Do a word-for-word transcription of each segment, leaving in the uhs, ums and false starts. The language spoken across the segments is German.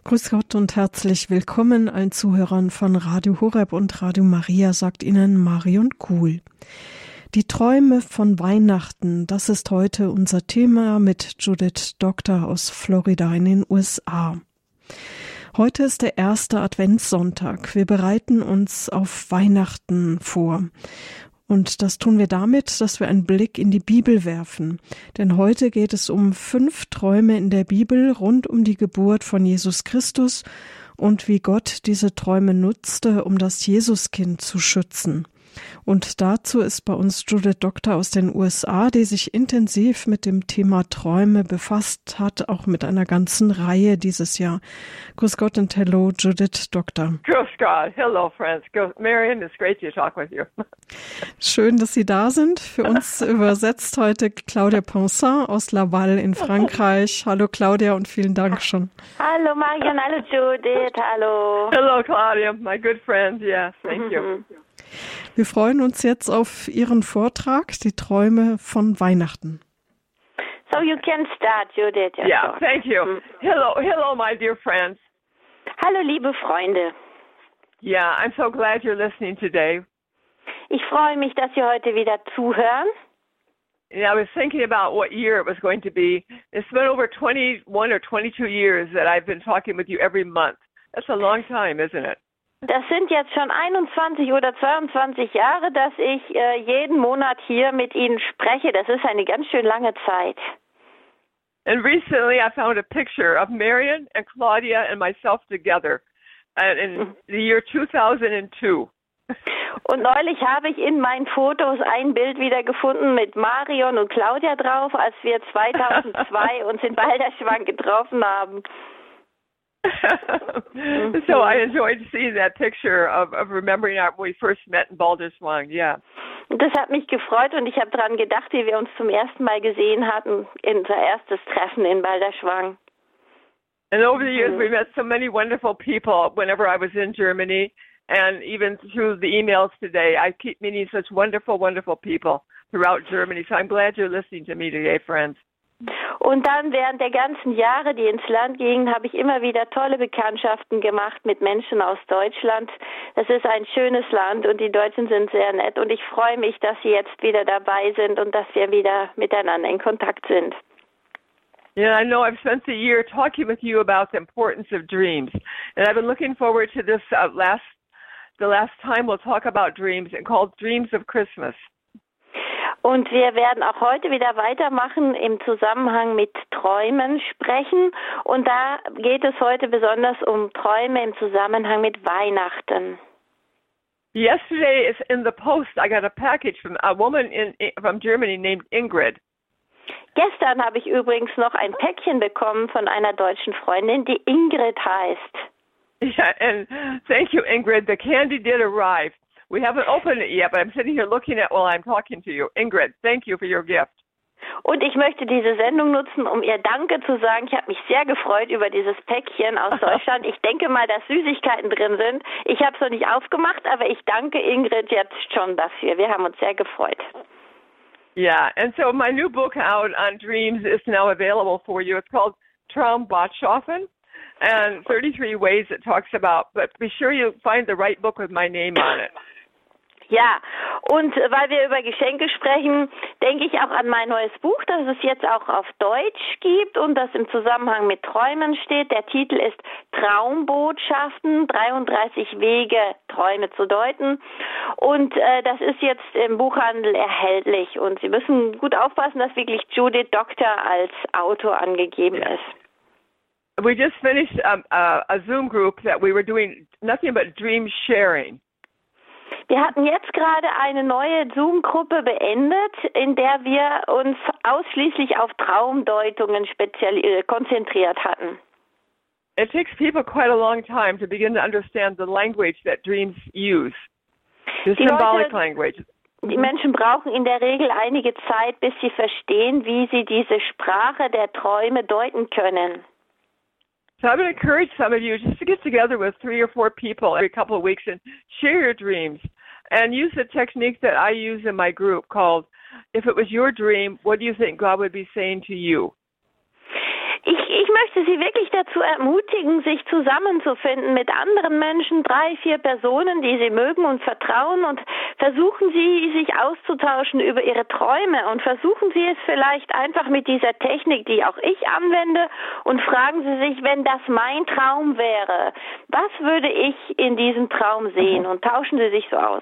Grüß Gott und herzlich willkommen allen Zuhörern von Radio Horeb und Radio Maria, sagt Ihnen Marion Kuhl. Die Träume von Weihnachten, das ist heute unser Thema mit Judith Doktor aus Florida in den U S A. Heute ist der erste Adventssonntag. Wir bereiten uns auf Weihnachten vor. Und das tun wir damit, dass wir einen Blick in die Bibel werfen. Denn heute geht es um fünf Träume in der Bibel rund um die Geburt von Jesus Christus und wie Gott diese Träume nutzte, um das Jesuskind zu schützen. Und dazu ist bei uns Judith Doktor aus den U S A, die sich intensiv mit dem Thema Träume befasst hat, auch mit einer ganzen Reihe dieses Jahr. Grüß Gott und hello, Judith Doktor. Grüß Gott. Hello, friends. Marion, it's great to talk with you. Schön, dass Sie da sind. Für uns übersetzt heute Claudia Ponsin aus Laval in Frankreich. Hallo Claudia und vielen Dank schon. Hallo Marion, hallo Judith, hallo. Hello Claudia, my good friend. Yes, thank you. Wir freuen uns jetzt auf Ihren Vortrag, die Träume von Weihnachten. So you can start, Judith. Yeah, yeah, thank you. Mm. Hello, hello, my dear friends. Hallo, liebe Freunde. Yeah, I'm so glad you're listening today. Ich freue mich, dass Sie heute wieder zuhören. Yeah, I was thinking about what year it was going to be. It's been over twenty-one or twenty-two years that I've been talking with you every month. That's a long time, isn't it? Das sind jetzt schon einundzwanzig oder zweiundzwanzig Jahre, dass ich äh, jeden Monat hier mit Ihnen spreche. Das ist eine ganz schön lange Zeit. And recently I found a picture of Marion and Claudia and myself together uh, in the year two thousand two. Und neulich habe ich in meinen Fotos ein Bild wiedergefunden mit Marion und Claudia drauf, als wir zweitausendzwei uns in Balderschwang getroffen haben. So I enjoyed seeing that picture of, of remembering our, when we first met in Balderschwang, yeah. Das hat mich gefreut und ich habe daran gedacht, wie wir uns zum ersten Mal gesehen hatten, in unser erstes Treffen in Balderschwang. And over the years we met so many wonderful people whenever I was in Germany, and even through the emails today, I keep meeting such wonderful, wonderful people throughout Germany. So I'm glad you're listening to me today, friends. Und dann während der ganzen Jahre, die ins Land gingen, habe ich immer wieder tolle Bekanntschaften gemacht mit Menschen aus Deutschland. Das ist ein schönes Land und die Deutschen sind sehr nett und ich freue mich, dass Sie jetzt wieder dabei sind und dass wir wieder miteinander in Kontakt sind. Yeah, I know I've spent the year talking with you about the importance of dreams, and I've been looking forward to this uh, last, the last time we'll talk about dreams and called Dreams of Christmas. Und wir werden auch heute wieder weitermachen im Zusammenhang mit Träumen sprechen. Und da geht es heute besonders um Träume im Zusammenhang mit Weihnachten. Yesterday is in the post. I got a package from a woman in, from Germany named Ingrid. Gestern habe ich übrigens noch ein Päckchen bekommen von einer deutschen Freundin, die Ingrid heißt. Yeah, and thank you, Ingrid. The candy did arrive. We haven't opened it yet, but I'm sitting here looking at while I'm talking to you. Ingrid, thank you for your gift. Und ich möchte diese Sendung nutzen, um ihr Danke zu sagen. Ich habe mich sehr gefreut über dieses Päckchen aus Deutschland. Ich denke mal, dass Süßigkeiten drin sind. Ich habe es noch nicht aufgemacht, aber ich danke Ingrid jetzt schon dafür. Wir haben uns sehr gefreut. Yeah, and so my new book out on dreams is now available for you. It's called Traumbotschaften, and thirty-three ways it talks about, but be sure you find the right book with my name on it. Ja, und weil wir über Geschenke sprechen, denke ich auch an mein neues Buch, das es jetzt auch auf Deutsch gibt und das im Zusammenhang mit Träumen steht. Der Titel ist Traumbotschaften, dreiunddreißig Wege, Träume zu deuten. Und äh, das ist jetzt im Buchhandel erhältlich. Und Sie müssen gut aufpassen, dass wirklich Judith Doktor als Autor angegeben Yeah. ist. We just finished um, uh, a Zoom group that we were doing nothing but dream sharing. Wir hatten jetzt gerade eine neue Zoom-Gruppe beendet, in der wir uns ausschließlich auf Traumdeutungen speziell konzentriert hatten. It takes people quite a long time to begin to understand the language that dreams use, the Die symbolic Leute, language. Die Menschen brauchen in der Regel einige Zeit, bis sie verstehen, wie sie diese Sprache der Träume deuten können. So I would encourage some of you just to get together with three or four people every couple of weeks and share your dreams and use the technique that I use in my group called, if it was your dream, what do you think God would be saying to you? Ich, ich möchte Sie wirklich dazu ermutigen, sich zusammenzufinden mit anderen Menschen, drei, vier Personen, die Sie mögen und vertrauen, und versuchen Sie, sich auszutauschen über Ihre Träume, und versuchen Sie es vielleicht einfach mit dieser Technik, die auch ich anwende, und fragen Sie sich, wenn das mein Traum wäre, was würde ich in diesem Traum sehen, und tauschen Sie sich so aus.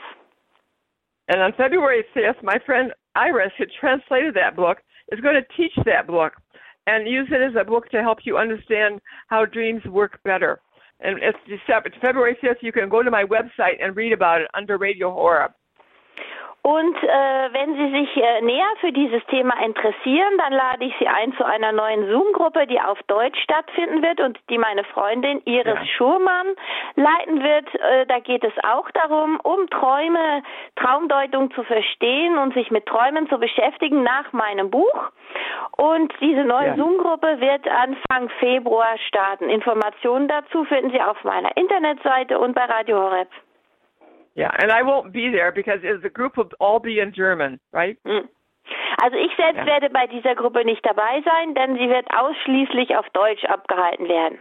And on February fifth, my friend Iris, who translated that book, is going to teach that book and use it as a book to help you understand how dreams work better. And it's December, it's February fifth. You can go to my website and read about it under Radio Horeb. Und äh, wenn Sie sich äh, näher für dieses Thema interessieren, dann lade ich Sie ein zu einer neuen Zoom-Gruppe, die auf Deutsch stattfinden wird und die meine Freundin Iris ja. Schurmann leiten wird. Äh, da geht es auch darum, um Träume, Traumdeutung zu verstehen und sich mit Träumen zu beschäftigen nach meinem Buch. Und diese neue ja. Zoom-Gruppe wird Anfang Februar starten. Informationen dazu finden Sie auf meiner Internetseite und bei Radio Horeb. Yeah, and I won't be there because the group will all be in German, right? Also ich selbst yeah. werde bei dieser Gruppe nicht dabei sein, denn sie wird ausschließlich auf Deutsch abgehalten werden.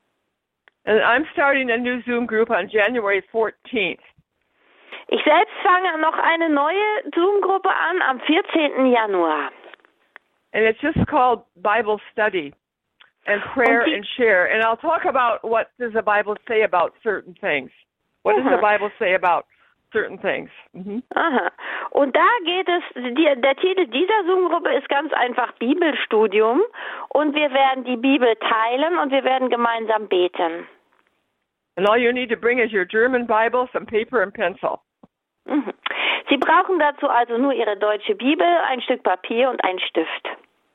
And I'm starting a new Zoom group on January fourteenth. Ich selbst fange noch eine neue Zoom-Gruppe an am vierzehnten Januar. And it's just called Bible Study and Prayer und die, and Share. And I'll talk about what does the Bible say about certain things. What does the Bible say about certain things? Mhm. Aha. Und da geht es, die, der Titel dieser Zoom-Gruppe ist ganz einfach Bibelstudium, und wir werden die Bibel teilen und wir werden gemeinsam beten. And all you need to bring is your German Bible, some paper and pencil. Mhm. Sie brauchen dazu also nur Ihre deutsche Bibel, ein Stück Papier und einen Stift.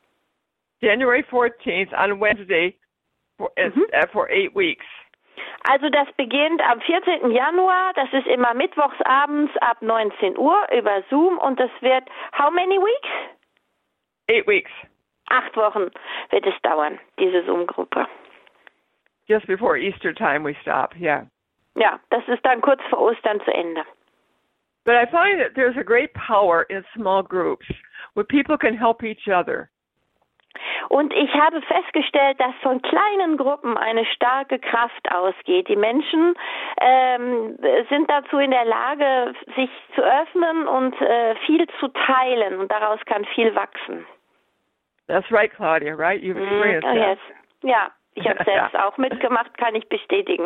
January fourteenth on Wednesday for, mhm. uh, for eight weeks. Also das beginnt am vierzehnten Januar, das ist immer mittwochs abends ab neunzehn Uhr über Zoom, und das wird, how many weeks? Eight weeks. Acht Wochen wird es dauern, diese Zoom-Gruppe. Just before Easter time we stop, yeah. Ja, das ist dann kurz vor Ostern zu Ende. But I find that there's a great power in small groups where people can help each other. Und ich habe festgestellt, dass von kleinen Gruppen eine starke Kraft ausgeht. Die Menschen ähm, sind dazu in der Lage, sich zu öffnen und äh, viel zu teilen. Und daraus kann viel wachsen. That's right, Claudia, right? You've experienced mm, oh, yes. that. Ja, ich habe selbst auch mitgemacht, kann ich bestätigen.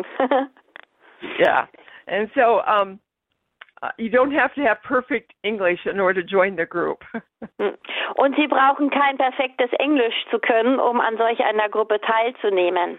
Yeah, and so um, uh, you don't have to have perfect English in order to join the group. Und Sie brauchen kein perfektes Englisch zu können, um an solch einer Gruppe teilzunehmen.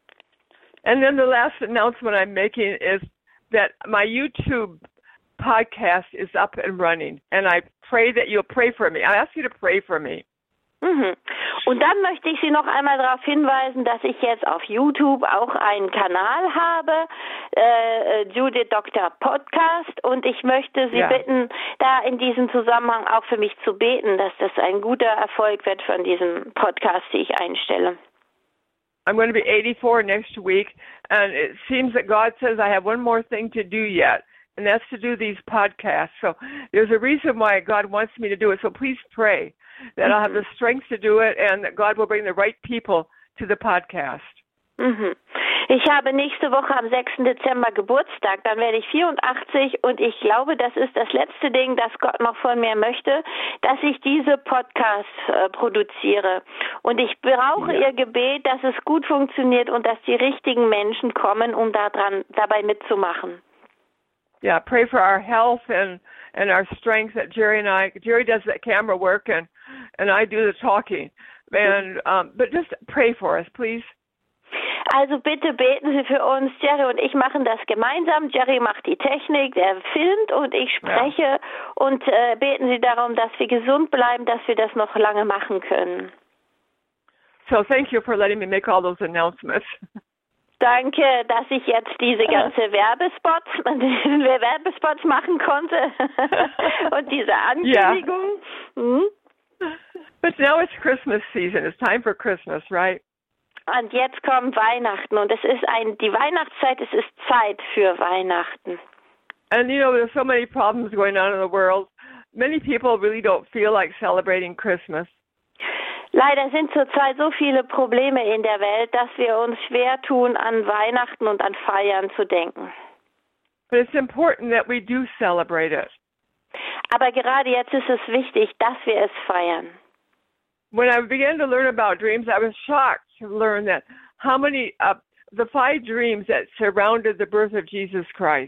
And then the last announcement I'm making is that my YouTube podcast is up and running, and I pray that you'll pray for me. I ask you to pray for me. Mhm. Und dann möchte ich Sie noch einmal darauf hinweisen, dass ich jetzt auf YouTube auch einen Kanal habe, äh, Judith Doktor Podcast, und ich möchte Sie ja. bitten, da in diesem Zusammenhang auch für mich zu beten, dass das ein guter Erfolg wird von diesem Podcast, den ich einstelle. I'm going to be eighty-four next week, and it seems that God says I have one more thing to do yet, and that's to do these podcasts. So there's a reason why God wants me to do it, so please pray that I'll have the strength to do it and that God will bring the right people to the podcast. Mhm. Ich habe nächste Woche am sechsten Dezember Geburtstag, dann werde ich vierundachtzig, und ich glaube, das ist das letzte Ding, das Gott noch von mir möchte, dass ich diese Podcasts äh, produziere. Und ich brauche ja. Ihr Gebet, dass es gut funktioniert und dass die richtigen Menschen kommen, um daran, dabei mitzumachen. Yeah, pray for our health and, and our strength that Jerry and I, Jerry does that camera work and, and I do the talking. And, um, but just pray for us, please. Also bitte beten Sie für uns. Jerry und ich machen das gemeinsam. Jerry macht die Technik, er filmt und ich spreche. Ja. Und äh, beten Sie darum, dass wir gesund bleiben, dass wir das noch lange machen können. So thank you for letting me make all those announcements. Danke, dass ich jetzt diese ganze Werbespots, diese Werbespots machen konnte und diese Ankündigung. Yeah. Hm? But now it's Christmas season. It's time for Christmas, right? Und jetzt kommt Weihnachten, und es ist ein die Weihnachtszeit. Es ist Zeit für Weihnachten. And you know, there's so many problems going on in the world. Many people really don't feel like celebrating Christmas. Leider sind zurzeit so viele Probleme in der Welt, dass wir uns schwer tun, an Weihnachten und an Feiern zu denken. But it's important that we do celebrate it. Aber gerade jetzt ist es wichtig, dass wir es feiern. When I began to learn about dreams, I was shocked to learn that how many uh, the five dreams that surrounded the birth of Jesus Christ.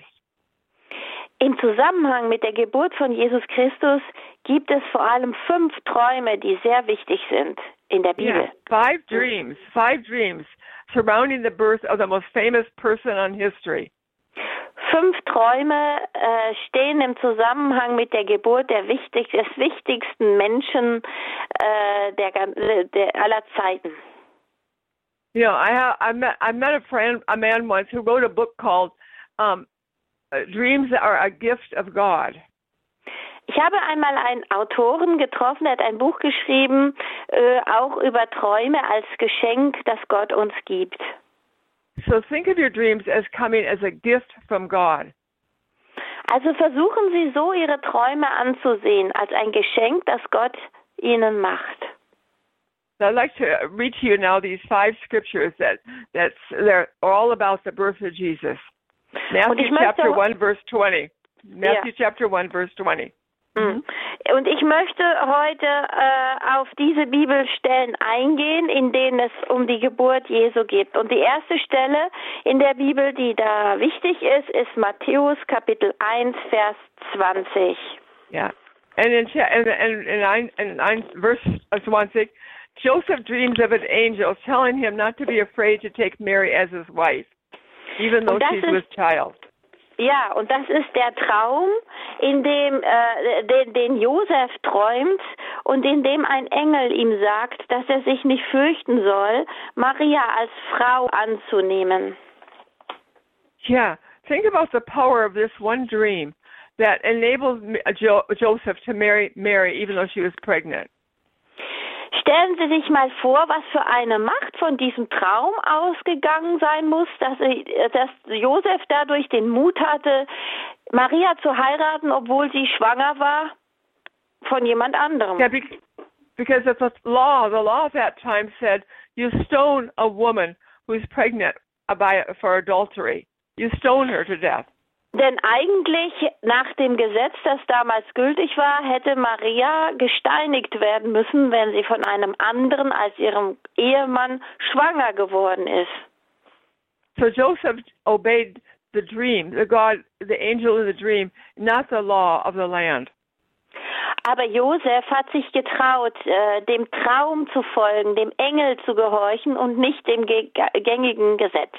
Im Zusammenhang mit der Geburt von Jesus Christus gibt es vor allem fünf Träume, die sehr wichtig sind in der Bibel. Yeah, five dreams, five dreams surrounding the birth of the most famous person on history. Fünf Träume äh, stehen im Zusammenhang mit der Geburt der wichtig, des wichtigsten Menschen äh, der, der aller Zeiten. You know, I have I met I met a friend, a man once who wrote a book called um, "Dreams Are a Gift of God." Ich habe einmal einen Autoren getroffen, der hat ein Buch geschrieben, äh, auch über Träume als Geschenk, das Gott uns gibt. So think of your dreams as coming as a gift from God. Also versuchen Sie so Ihre Träume anzusehen als ein Geschenk, das Gott Ihnen macht. So I'd like to read to you now these five scriptures that that's they're all about the birth of Jesus. Matthew chapter one verse twenty. Matthew yeah. chapter one verse twenty. Mhm. Und ich möchte heute äh, auf diese Bibelstellen eingehen, in denen es um die Geburt Jesu geht. Und die erste Stelle in der Bibel, die da wichtig ist, ist Matthäus Kapitel eins, Vers zwanzig. Yeah. And in, in, in, in, nine, in nine, verse twenty, Joseph dreams of an angel telling him not to be afraid to take Mary as his wife, even though she's with child. Ja, und das ist der Traum, in dem äh, den, den Josef träumt und in dem ein Engel ihm sagt, dass er sich nicht fürchten soll, Maria als Frau anzunehmen. Yeah, think about the power of this one dream that enables jo- Joseph to marry Mary even though she was pregnant. Stellen Sie sich mal vor, was für eine Macht von diesem Traum ausgegangen sein muss, dass, dass Josef dadurch den Mut hatte, Maria zu heiraten, obwohl sie schwanger war von jemand anderem. Yeah, because it's a law. The law at that time said you stone a woman who's pregnant by, for adultery. You stone her to death. Denn eigentlich nach dem Gesetz, das damals gültig war, hätte Maria gesteinigt werden müssen, wenn sie von einem anderen als ihrem Ehemann schwanger geworden ist. So Joseph obeyed the dream, the God, the angel in the dream, not the law of the land. Aber Josef hat sich getraut, äh, dem Traum zu folgen, dem Engel zu gehorchen und nicht dem ge- gängigen Gesetz.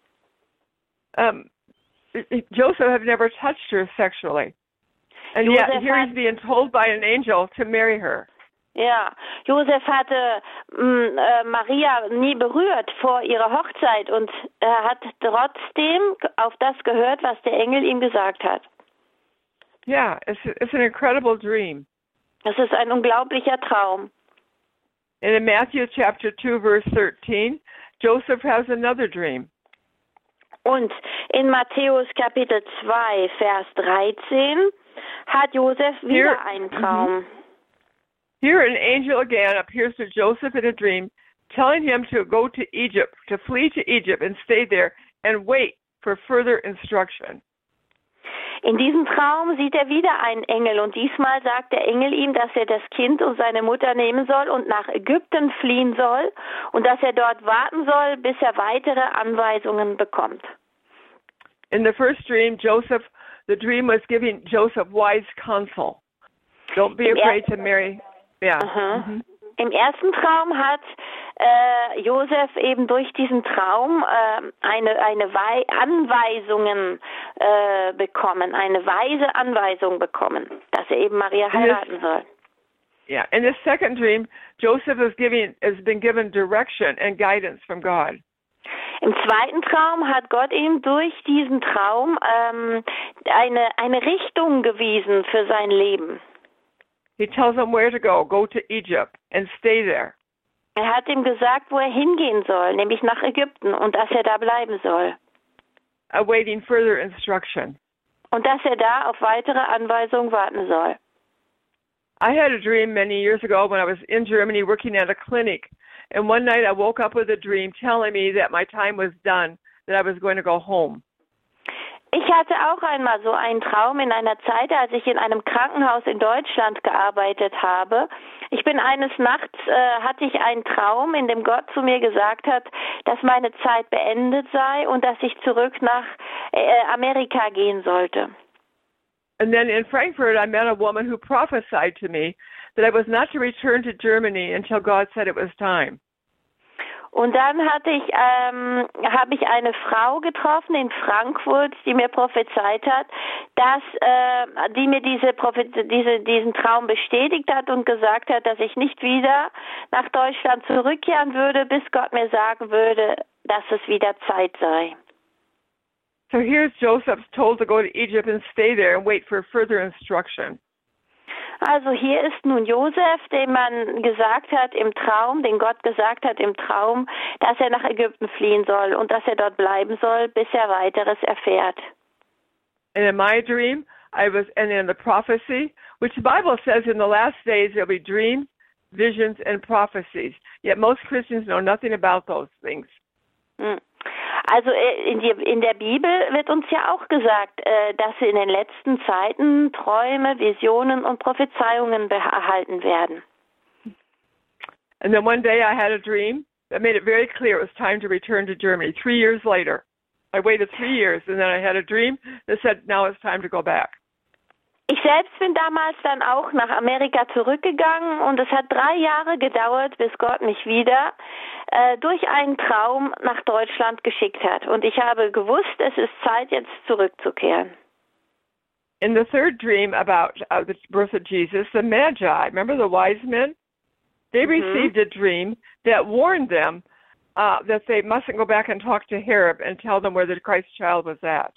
Um, Joseph had never touched her sexually, and yet Joseph here hat, he's being told by an angel to marry her. Ja, Josef hatte mh, äh, Maria nie berührt vor ihrer Hochzeit und er hat trotzdem auf das gehört, was der Engel ihm gesagt hat. Yeah, it's it's an incredible dream. Das ist ein unglaublicher Traum. And in Matthew chapter two, verse thirteen, Joseph has another dream. Und in Matthäus Kapitel zwei, Vers dreizehn hat Josef wieder Here, einen Traum. Mm-hmm. Here an angel again appears to Joseph in a dream, telling him to go to Egypt, to flee to Egypt and stay there and wait for further instruction. In diesem Traum sieht er wieder einen Engel und diesmal sagt der Engel ihm, dass er das Kind und seine Mutter nehmen soll und nach Ägypten fliehen soll und dass er dort warten soll, bis er weitere Anweisungen bekommt. In the first dream, Joseph, the dream was giving Joseph wise counsel. Don't be Im afraid ersten, to marry. Yeah. Uh-huh. Mm-hmm. Im ersten Traum hat äh, Josef eben durch diesen Traum äh, eine, eine Wei- Anweisungen äh, bekommen, eine weise Anweisung bekommen, dass er eben Maria heiraten soll. Yeah, in this second dream, Joseph is giving has been given direction and guidance from God. Im zweiten Traum hat Gott ihm durch diesen Traum ähm, eine, eine Richtung gewiesen für sein Leben. He tells him where to go. Go to Egypt and stay there. Er hat ihm gesagt, wo er hingehen soll, nämlich nach Ägypten und dass er da bleiben soll. Awaiting further instruction. Und dass er da auf weitere Anweisungen warten soll. I had a dream many years ago when I was in Germany working at a clinic. And one night I woke up with a dream telling me that my time was done, that I was going to go home. Ich hatte auch einmal so einen Traum in einer Zeit, als ich in einem Krankenhaus in Deutschland gearbeitet habe. Ich bin eines Nachts, äh, hatte ich einen Traum, in dem Gott zu mir gesagt hat, dass meine Zeit beendet sei und dass ich zurück nach äh, Amerika gehen sollte. And then in Frankfurt, I met a woman who prophesied to me that I was not to return to Germany until God said it was time. Und dann hatte ich, ähm, habe ich eine Frau getroffen in Frankfurt, die mir prophezeit hat, dass, äh, die mir diese, diese, diesen Traum bestätigt hat und gesagt hat, dass ich nicht wieder nach Deutschland zurückkehren würde, bis Gott mir sagen würde, dass es wieder Zeit sei. So here's Joseph told to go to Egypt and stay there and wait for further instruction. Also hier ist nun Josef, dem man gesagt hat im Traum, den Gott gesagt hat im Traum, dass er nach Ägypten fliehen soll und dass er dort bleiben soll, bis er weiteres erfährt. And in my dream, I was, and in the prophecy, which the Bible says in the last days there'll be dreams, visions, and prophecies. Yet most Christians know nothing about those things. Hm. Also in, die, in der Bibel wird uns ja auch gesagt, äh, dass in den letzten Zeiten Träume, Visionen und Prophezeiungen erhalten werden. And then one day I had a dream that made it very clear it was time to return to Germany. Three years later, I waited three years, and then I had a dream that said now it's time to go back. Ich selbst bin damals dann auch nach Amerika zurückgegangen und es hat drei Jahre gedauert, bis Gott mich wieder äh, durch einen Traum nach Deutschland geschickt hat. Und ich habe gewusst, es ist Zeit, jetzt zurückzukehren. In the third dream about uh, the birth of Jesus, the Magi, remember the wise men? They Mhm. received a dream that warned them uh, that they mustn't go back and talk to Herod and tell them where the Christ child was at.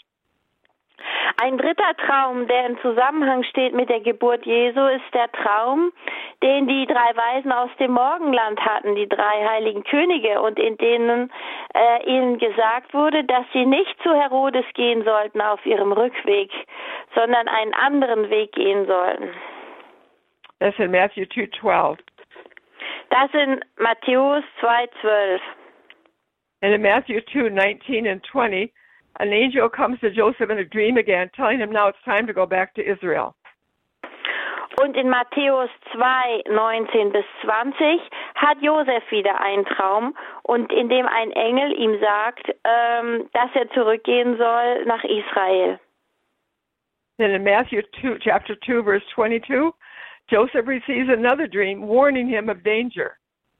Ein dritter Traum, der im Zusammenhang steht mit der Geburt Jesu, ist der Traum, den die drei Weisen aus dem Morgenland hatten, die drei heiligen Könige, und in denen äh, ihnen gesagt wurde, dass sie nicht zu Herodes gehen sollten auf ihrem Rückweg, sondern einen anderen Weg gehen sollten. That's in Matthew two twelve. Das in Matthäus zwei zwölf. And in Matthew two nineteen and twenty, an angel comes to Joseph in a dream again, telling him now it's time to go back to Israel. Und in Matthäus zwei neunzehn bis zwanzig hat Josef wieder einen Traum, und in dem ein Engel ihm sagt, ähm, dass er zurückgehen soll nach Israel. Then in Matthew two, chapter two, verse twenty-two, Joseph receives another dream warning him of danger.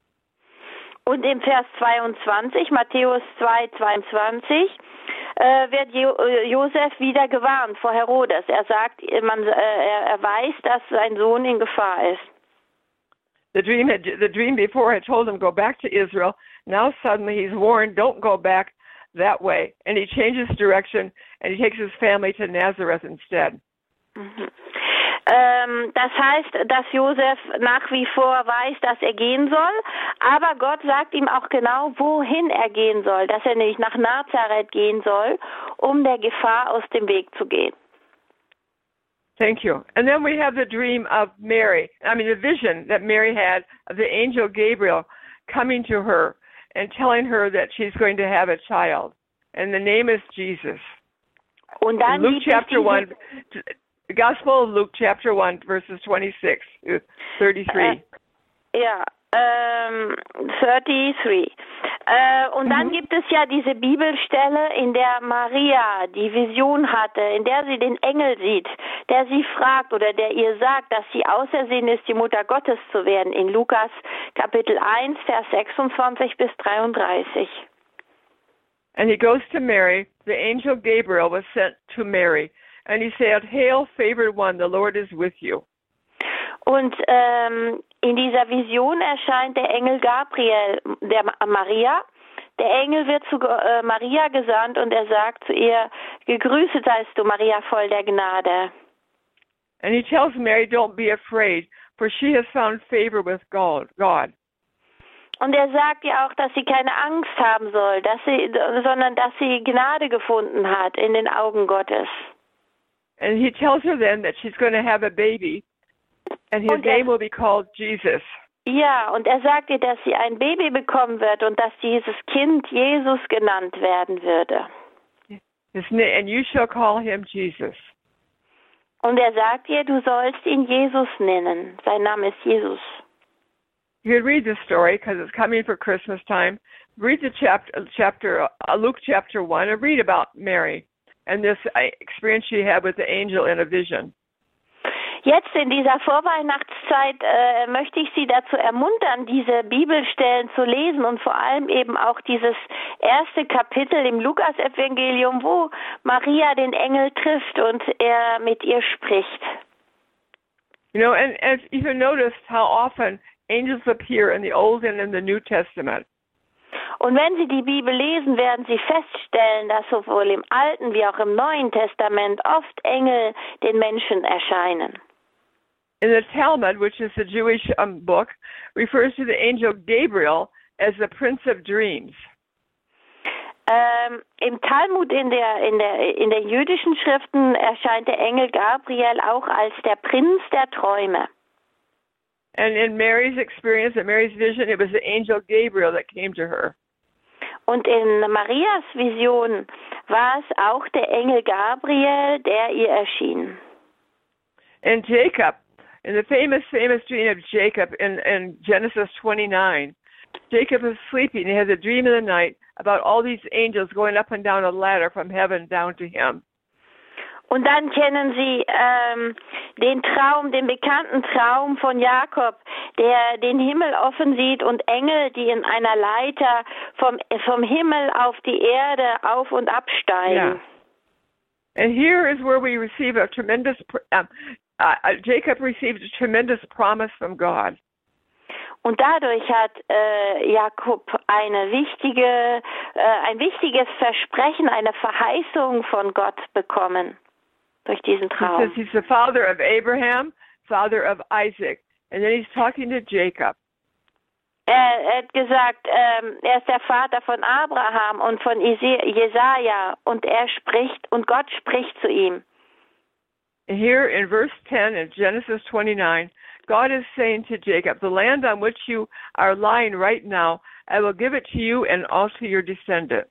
Und im Vers zweiundzwanzig, Matthäus zwei zweiundzwanzig, äh, wird jo Josef wieder gewarnt vor Herodes. Er sagt, man, äh, er, er weiß, dass sein Sohn in Gefahr ist. The dream, had, the dream before had told him go back to Israel. Now suddenly he's warned, don't go back that way. And he changes direction and he takes his family to Nazareth instead. Mhm. Ähm, das heißt, dass Josef nach wie vor weiß, dass er gehen soll, aber Gott sagt ihm auch genau, wohin er gehen soll, dass er nämlich nach Nazareth gehen soll, um der Gefahr aus dem Weg zu gehen. Thank you. And then we have the dream of Mary, I mean the vision that Mary had of the angel Gabriel coming to her and telling her that she's going to have a child. And the name is Jesus. Und dann in Luke chapter one, the Gospel of Luke chapter one, verses twenty-six to thirty-three. Äh, ja, ähm, thirty-three. Äh, und dann mhm. gibt es ja diese Bibelstelle, in der Maria die Vision hatte, in der sie den Engel sieht, der sie fragt oder der ihr sagt, dass sie ausersehen ist, die Mutter Gottes zu werden, in Lukas Kapitel eins, Vers sechsundzwanzig bis dreiunddreißig. And he goes to Mary. The angel Gabriel was sent to Mary. And he said, Hail, favored one, the Lord is with you. Und ähm, in dieser Vision erscheint der Engel Gabriel, der Maria. Der Engel wird zu äh, Maria gesandt und er sagt zu ihr, gegrüßet seist du, Maria, voll der Gnade. And he tells Mary, don't be afraid, for she has found favor with God. God. Und er sagt ihr auch, dass sie keine Angst haben soll, dass sie, sondern dass sie Gnade gefunden hat in den Augen Gottes. And he tells her then that she's going to have a baby And his Und er- name will be called Jesus. Ja, und er sagte, dass sie ein Baby bekommen wird und dass dieses Kind Jesus genannt werden würde. His na- and you shall call him Jesus. Und er sagt ihr, du sollst ihn Jesus nennen. Sein Name ist Jesus. You can read this story because it's coming for Christmas time. Read the chapter, chapter uh, Luke chapter one, and read about Mary and this uh, experience she had with the angel in a vision. Jetzt in dieser Vorweihnachtszeit äh, möchte ich Sie dazu ermuntern, diese Bibelstellen zu lesen und vor allem eben auch dieses erste Kapitel im Lukas-Evangelium, wo Maria den Engel trifft und er mit ihr spricht. You know, and as you have noticed how often angels appear in the Old and in the New Testament. Und wenn Sie die Bibel lesen, werden Sie feststellen, dass sowohl im Alten wie auch im Neuen Testament oft Engel den Menschen erscheinen. In the Talmud, which is the Jewish um, book, refers to the angel Gabriel as the Prince of Dreams. Ähm, Im Talmud, in der, in, der, in der jüdischen Schriften, erscheint der Engel Gabriel auch als der Prinz der Träume. And in Mary's experience, in Mary's vision, it was the angel Gabriel that came to her. Und in Marias Vision war es auch der Engel Gabriel, der ihr erschien. And Jacob, in the famous, famous dream of Jacob in, in Genesis twenty-nine, Jacob is sleeping. He has a dream in the night about all these angels going up and down a ladder from heaven down to him. Und dann kennen Sie ähm, den Traum, den bekannten Traum von Jakob, der den Himmel offen sieht und Engel, die in einer Leiter vom, vom Himmel auf die Erde auf und absteigen. Yeah. And here is where we receive a tremendous, um, uh, Jacob received a tremendous promise from God. Und dadurch hat äh, Jakob eine wichtige, äh, ein wichtiges Versprechen, eine Verheißung von Gott bekommen. Durch diesen He Traum. says he's the father of Abraham, father of Isaac, and then he's talking to Jacob. Er, er hat gesagt, ähm, er ist der Vater von Abraham und von Ise- Jesaja und er spricht und Gott spricht zu ihm. And here in verse ten in Genesis twenty-nine, God is saying to Jacob, the land on which you are lying right now, I will give it to you and also your descendants.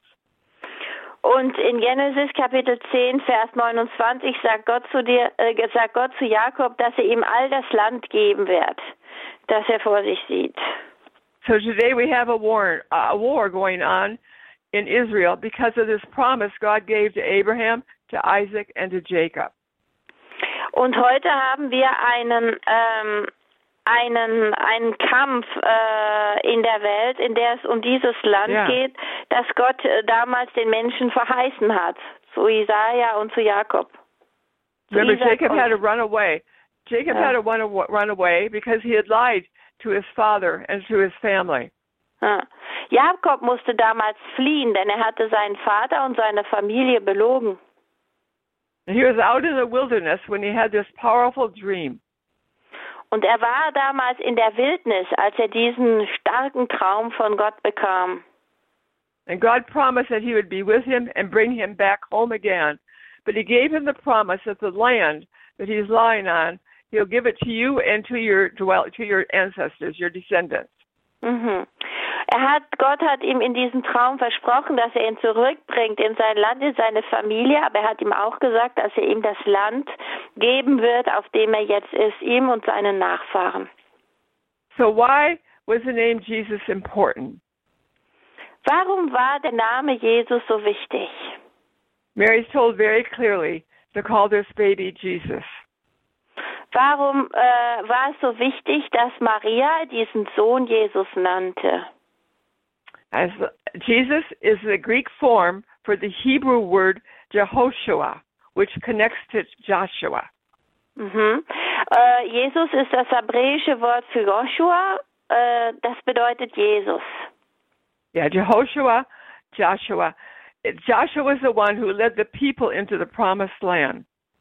Und in Genesis Kapitel zehn, Vers neunundzwanzig sagt Gott zu dir, äh, sagt Gott zu Jakob, dass er ihm all das Land geben wird, das er vor sich sieht. So today we have a war, a war going on in Israel because of this promise God gave to Abraham, to Isaac, and to Jacob. Und heute haben wir einen ähm, einen einen Kampf äh, in der Welt, in der es um dieses Land Ja. geht, das Gott äh, damals den Menschen verheißen hat, zu Jesaja und zu Jakob. Zu Remember, Isaac Jacob und- had to run away. Jacob Ja. had to run, aw- run away because he had lied to his father and to his family. Ja. Jakob musste damals fliehen, denn er hatte seinen Vater und seine Familie belogen. And he was out in the wilderness when he had this powerful dream. Und er war damals in der Wildnis, als er diesen starken Traum von Gott bekam. And God promised that he would be with him and bring him back home again. But he gave him the promise that the land that he's lying on, he'll give it to you and to your dwell to your ancestors, your descendants. Mhm. Er hat, Gott hat ihm in diesem Traum versprochen, dass er ihn zurückbringt in sein Land, in seine Familie, aber er hat ihm auch gesagt, dass er ihm das Land geben wird, auf dem er jetzt ist, ihm und seinen Nachfahren. So why was the name Jesus important? Warum war der Name Jesus so wichtig? Mary's told very clearly to call this baby Jesus. Warum äh, war es so wichtig, dass Maria diesen Sohn Jesus nannte? As Jesus is the Greek form for the Hebrew word Jehoshua, which connects to Joshua. Mhm. Äh, Jesus ist das hebräische Wort für Joshua, äh, das bedeutet Jesus. Yeah, Jehoshua, Joshua. Joshua was the one who led the people into the promised land.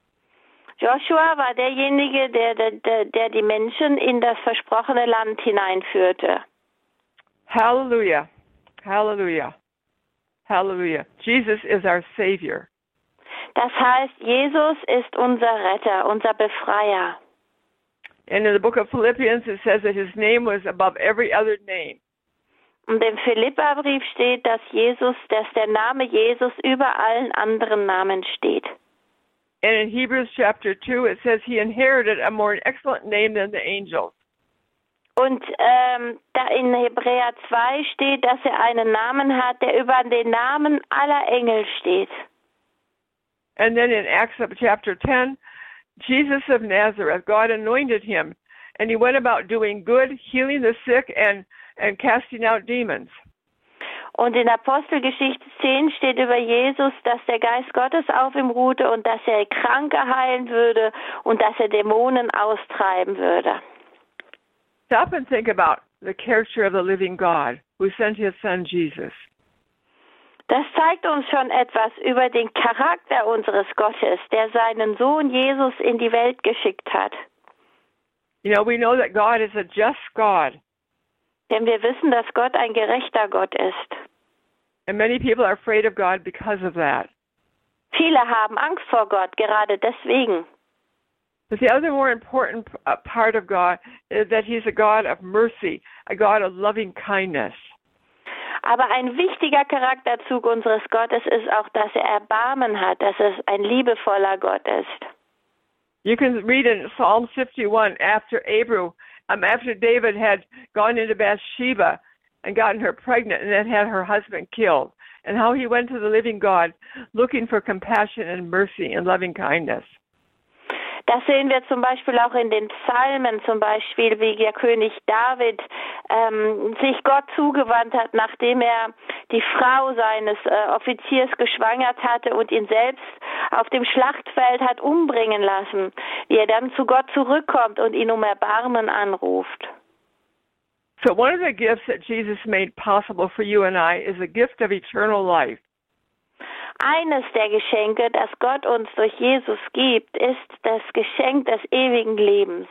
Joshua war derjenige, der, der, der die Menschen in das versprochene Land hineinführte. Hallelujah. Hallelujah. Hallelujah. Jesus is our Savior. Das heißt, Jesus ist unser Retter, unser Befreier. And in the book of Philippians, it says that his name was above every other name. Und im Philipperbrief steht, dass Jesus, dass der Name Jesus über allen anderen Namen steht. And in Hebrews chapter two, it says he inherited a more excellent name than the angels. Und ähm, da in Hebräer zwei steht, dass er einen Namen hat, der über den Namen aller Engel steht. And then in Acts of chapter ten, Jesus of Nazareth, God anointed him, and he went about doing good, healing the sick, and, and casting out demons. Und in Apostelgeschichte zehn steht über Jesus, dass der Geist Gottes auf ihm ruhte und dass er Kranke heilen würde und dass er Dämonen austreiben würde. Stop and think about the character of the living God who sent his son Jesus. Das zeigt uns schon etwas über den Charakter unseres Gottes, der seinen Sohn Jesus in die Welt geschickt hat. You know, we know that God is a just God. Denn wir wissen, dass Gott ein gerechter Gott ist. And many people are afraid of God because of that. Viele haben Angst vor Gott, gerade deswegen. But the other more important uh, part of God is that he's a God of mercy, a God of loving kindness. Aber ein wichtiger Charakterzug unseres Gottes ist auch, dass er Erbarmen hat, dass es ein liebevoller Gott ist. You can read in Psalm fifty-one, after Abraham, um, after David had gone into Bathsheba and gotten her pregnant and then had her husband killed, and how he went to the living God looking for compassion and mercy and loving kindness. Das sehen wir zum Beispiel auch in den Psalmen, zum Beispiel wie der König David ähm, sich Gott zugewandt hat, nachdem er die Frau seines äh, Offiziers geschwängert hatte und ihn selbst auf dem Schlachtfeld hat umbringen lassen, wie er dann zu Gott zurückkommt und ihn um Erbarmen anruft. So one of the gifts that Jesus made possible for you and I is a gift of eternal life. Eines der Geschenke, das Gott uns durch Jesus gibt, ist das Geschenk des ewigen Lebens.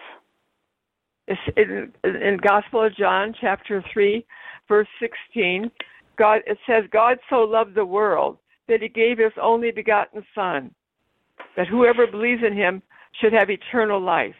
It's in, in Gospel of John, chapter three, verse sixteen, God, it says, God so loved the world that he gave his only begotten Son, that whoever believes in him should have eternal life.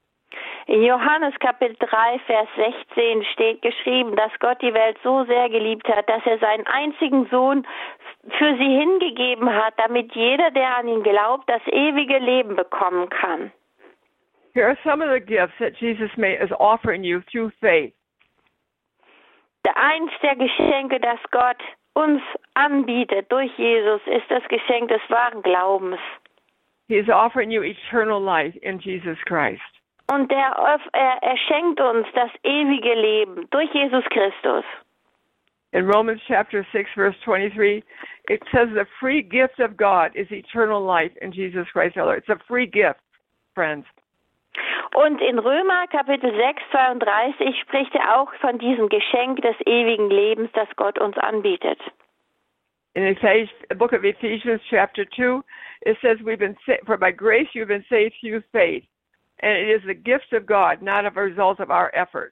In Johannes Kapitel drei, Vers sechzehn steht geschrieben, dass Gott die Welt so sehr geliebt hat, dass er seinen einzigen Sohn für sie hingegeben hat, damit jeder, der an ihn glaubt, das ewige Leben bekommen kann. Here are some of the gifts that Jesus may, is offering you through faith. Eins der Geschenke, das Gott uns anbietet durch Jesus, ist das Geschenk des wahren Glaubens. He is offering you eternal life in Jesus Christ. Und er, er, er schenkt uns das ewige Leben durch Jesus Christus. In Romans chapter six, verse twenty-three, it says the free gift of God is eternal life in Jesus Christ our Lord. It's a free gift, friends. Und in Römer Kapitel sechs, zweiunddreißig spricht er auch von diesem Geschenk des ewigen Lebens, das Gott uns anbietet. In the book of Ephesians chapter two, it says we've been saved, for by grace you've been saved through faith. And it is the gift of God, not a result of our efforts.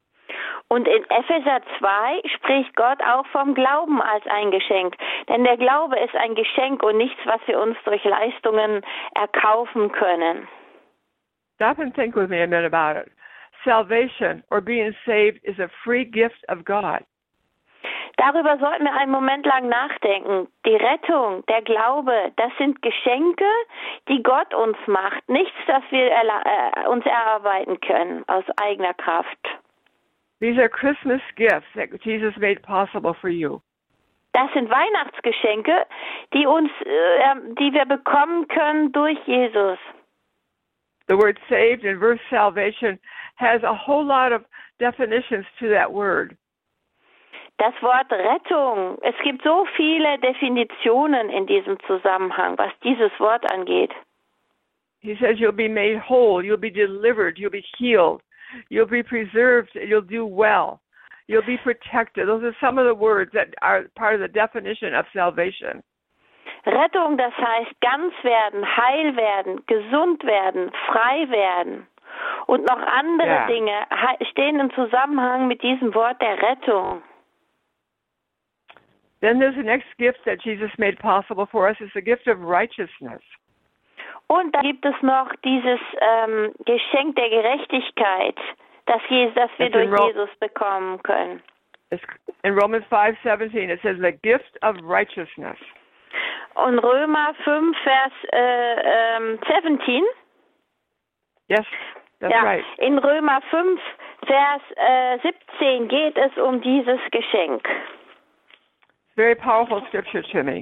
Und in Epheser zwei spricht Gott auch vom Glauben als ein Geschenk. Denn der Glaube ist ein Geschenk und nichts, was wir uns durch Leistungen erkaufen können. Stop and think with me a minute about it. Salvation or being saved is a free gift of God. Darüber sollten wir einen Moment lang nachdenken. Die Rettung, der Glaube, das sind Geschenke, die Gott uns macht. Nichts, das wir äh, uns erarbeiten können aus eigener Kraft. These are Christmas gifts that Jesus made possible for you. Das sind Weihnachtsgeschenke, die uns, äh, die wir bekommen können durch Jesus. The word saved and verse salvation has a whole lot of definitions to that word. Das Wort Rettung, es gibt so viele Definitionen in diesem Zusammenhang, was dieses Wort angeht. He says you'll be made whole, you'll be delivered, you'll be healed, you'll be preserved, you'll do well, you'll be protected. Those are some of the words that are part of the definition of salvation. Rettung, das heißt ganz werden, heil werden, gesund werden, frei werden. Und noch andere yeah. Dinge stehen im Zusammenhang mit diesem Wort der Rettung. Then there's the next gift that Jesus made possible for us is the gift of righteousness. Und da gibt es noch dieses ähm, Geschenk der Gerechtigkeit, das, Jesus, das wir durch Ro- Jesus bekommen können. In Romans five seventeen, it says the gift of righteousness. Und Römer fünf, Vers äh, ähm, siebzehn. Yes, that's ja, right. in Römer fünf, Vers äh, siebzehn geht es um dieses Geschenk. Very powerful scripture to me.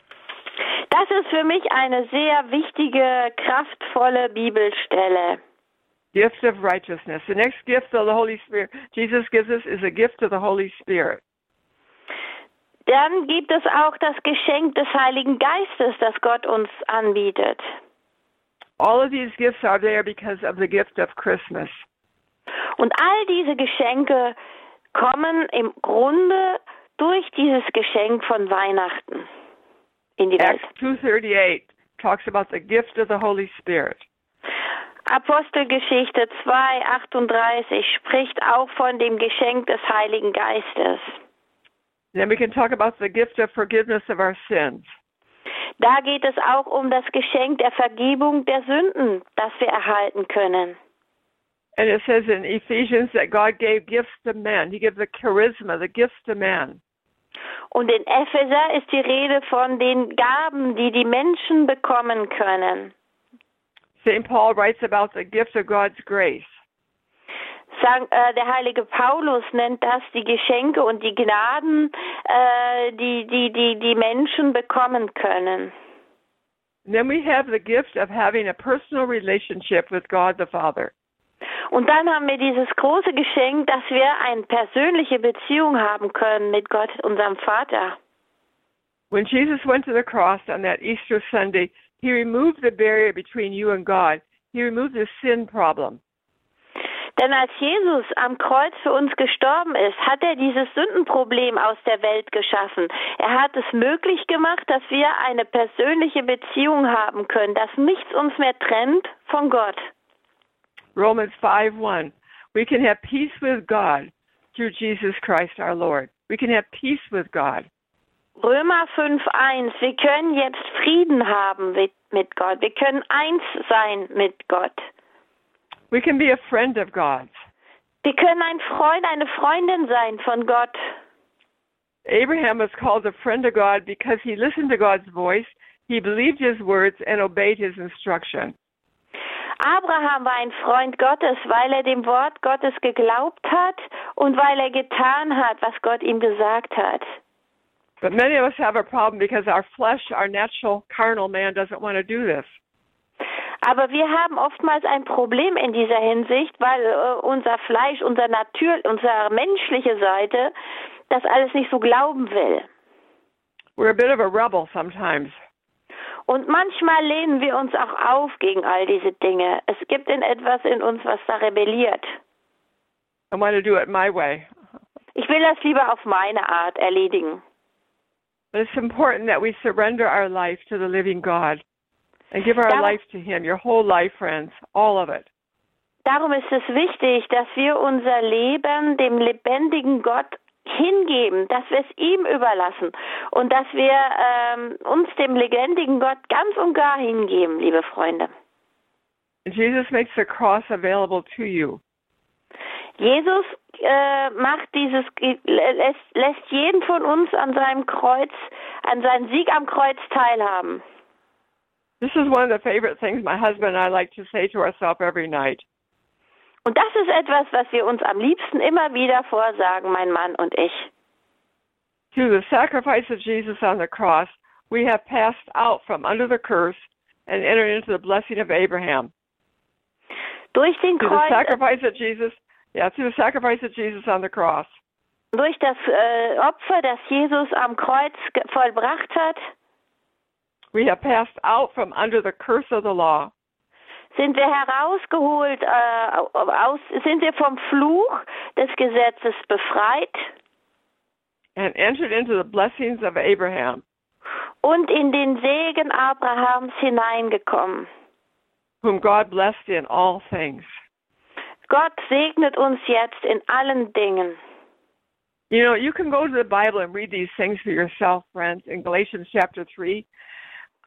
Das ist für mich eine sehr wichtige, kraftvolle Bibelstelle. Gift of righteousness. The next gift of the Holy Spirit Jesus gives us is a gift of the Holy Spirit. Dann gibt es auch das Geschenk des Heiligen Geistes, das Gott uns anbietet. All of these gifts are there because of the gift of Christmas. Und all diese Geschenke kommen im Grunde durch dieses Geschenk von Weihnachten in die Welt. Acts two thirty-eight talks about the gift of the Holy Spirit. Apostelgeschichte zwei achtunddreißig spricht auch von dem Geschenk des Heiligen Geistes. Then we can talk about the gift of forgiveness of our sins. Da geht es auch um das Geschenk der Vergebung der Sünden, das wir erhalten können. And it says in Ephesians that God gave gifts to men. He gave the charisma, the gifts to men. Und in Epheser ist die Rede von den Gaben, die die Menschen bekommen können. Saint Paul writes about the gift of God's grace. Sankt, äh, der heilige Paulus nennt das die Geschenke und die Gnaden, äh, die, die, die die Menschen bekommen können. And then we have the gift of having a personal relationship with God the Father. Und dann haben wir dieses große Geschenk, dass wir eine persönliche Beziehung haben können mit Gott, unserem Vater. When Jesus went to the cross on that Easter Sunday, he removed the barrier between you and God. He removed the sin problem. Denn als Jesus am Kreuz für uns gestorben ist, hat er dieses Sündenproblem aus der Welt geschaffen. Er hat es möglich gemacht, dass wir eine persönliche Beziehung haben können, dass nichts uns mehr trennt von Gott. Romans five one. We can have peace with God through Jesus Christ our Lord. We can have peace with God. Römer fünf eins. Wir können jetzt Frieden haben mit, mit Gott. Wir können eins sein mit Gott. We can be a friend of God's. Wir können ein Freund, eine Freundin sein von Gott. Abraham was called a friend of God because he listened to God's voice, he believed his words, and obeyed his instruction. Abraham war ein Freund Gottes, weil er dem Wort Gottes geglaubt hat und weil er getan hat, was Gott ihm gesagt hat. But many of us have a problem because our flesh, our natural carnal man doesn't want to do this. Aber wir haben oftmals ein Problem in dieser Hinsicht, weil äh, unser Fleisch, unser Natur, unsere menschliche Seite das alles nicht so glauben will. We're a bit of a rebel sometimes. Und manchmal lehnen wir uns auch auf gegen all diese Dinge. Es gibt in etwas in uns, was da rebelliert. I want to do it my way. Ich will das lieber auf meine Art erledigen. But it's important that we surrender our life to the living God and give our Darum, life to Him, your whole life, friends, all of it. Darum ist es wichtig, dass wir unser Leben dem lebendigen Gott hingeben, dass wir es ihm überlassen und dass wir ähm, uns dem lebendigen Gott ganz und gar hingeben, liebe Freunde. And Jesus makes the cross available to you. Jesus äh, macht dieses, lässt, lässt jeden von uns an seinem Kreuz, an seinem Sieg am Kreuz teilhaben. This is one of the favorite things my husband and I like to say to ourselves every night. Und das ist etwas, was wir uns am liebsten immer wieder vorsagen, mein Mann und ich. Through the sacrifice of Jesus on the cross, we have passed out from under the curse and entered into the blessing of Abraham. Durch den Through the Kreuz, sacrifice of Jesus, yeah, through the sacrifice of Jesus on the cross. Durch das äh, Opfer, das Jesus am Kreuz vollbracht hat, we have passed out from under the curse of the law. Sind wir herausgeholt, äh, aus, sind wir vom Fluch des Gesetzes befreit and entered into the blessings of Abraham, und in den Segen Abrahams hineingekommen. Whom God blessed in all things. Gott segnet uns jetzt in allen Dingen. You know, you can go to the Bible and read these things for yourself, friends. In Galatians chapter three,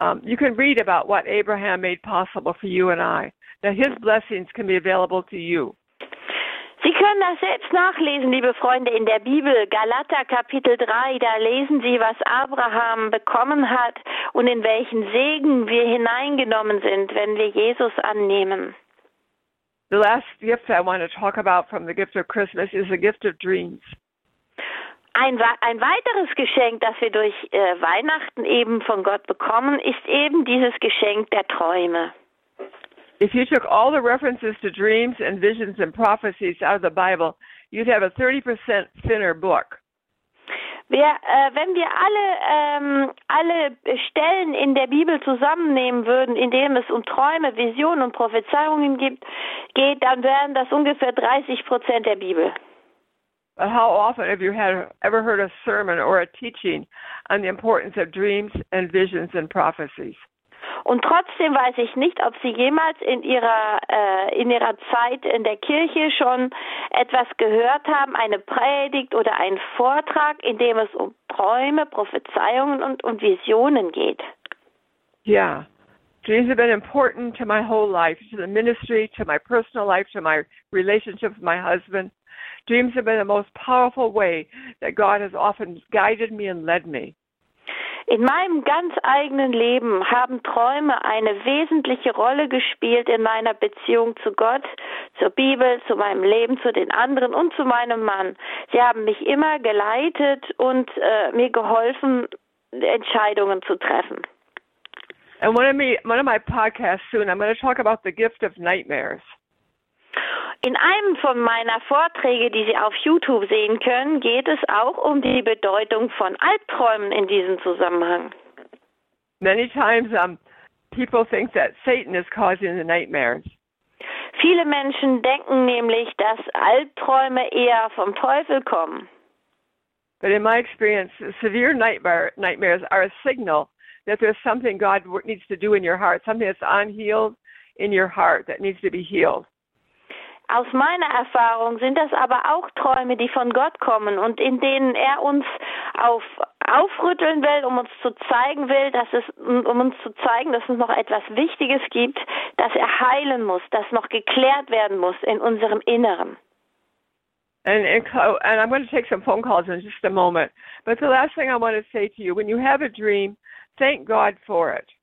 um, you can read about what Abraham made possible for you and I, that his blessings can be available to you. Sie können das selbst nachlesen, liebe Freunde, in der Bibel, Galater Kapitel drei, da lesen Sie, was Abraham bekommen hat und in welchen Segen wir hineingenommen sind, wenn wir Jesus annehmen. The last gift I want to talk about from the gift of Christmas is the gift of dreams. Ein, ein weiteres Geschenk, das wir durch äh, Weihnachten eben von Gott bekommen, ist eben dieses Geschenk der Träume. If you took all the references to dreams and visions and prophecies out of the Bible, you'd have a thirty percent thinner book. Wir, äh, wenn wir alle, ähm, alle Stellen in der Bibel zusammennehmen würden, in denen es um Träume, Visionen und Prophezeiungen gibt, geht, dann wären das ungefähr dreißig Prozent der Bibel. But how often have you had, ever heard a sermon or a teaching on the importance of dreams and visions and prophecies? Und trotzdem weiß ich nicht, ob Sie jemals in Ihrer, äh, in Ihrer Zeit in der Kirche schon etwas gehört haben, eine Predigt oder einen Vortrag, in dem es um Träume, Prophezeiungen und, und Visionen geht. Yeah. Dreams have been important to my whole life, to the ministry, to my personal life, to my relationship with my husband. Dreams have been the most powerful way that God has often guided me and led me. In meinem ganz eigenen Leben haben Träume eine wesentliche Rolle gespielt in meiner Beziehung zu Gott, zur Bibel, zu meinem Leben, zu den anderen und zu meinem Mann. Sie haben mich immer geleitet und äh, mir geholfen, Entscheidungen zu treffen. And one of me, one of my podcasts soon, I'm going to talk about the gift of nightmares. In einem von meiner Vorträge, die Sie auf YouTube sehen können, geht es auch um die Bedeutung von Albträumen in diesem Zusammenhang. Many times um, people think that Satan is causing the nightmares. Viele Menschen denken nämlich, dass Albträume eher vom Teufel kommen. But in my experience, severe nightmare, nightmares are a signal that there's something God needs to do in your heart, something that's unhealed in your heart that needs to be healed. Aus meiner Erfahrung sind das aber auch Träume, die von Gott kommen und in denen er uns auf, aufrütteln will, um uns zu zeigen will, dass es, um uns zu zeigen, dass es noch etwas Wichtiges gibt, das er heilen muss, das noch geklärt werden muss in unserem Inneren. And, and, and I'm going to take some phone calls in just a moment. But the last thing I want to say to you, when you have a dream, thank God for it.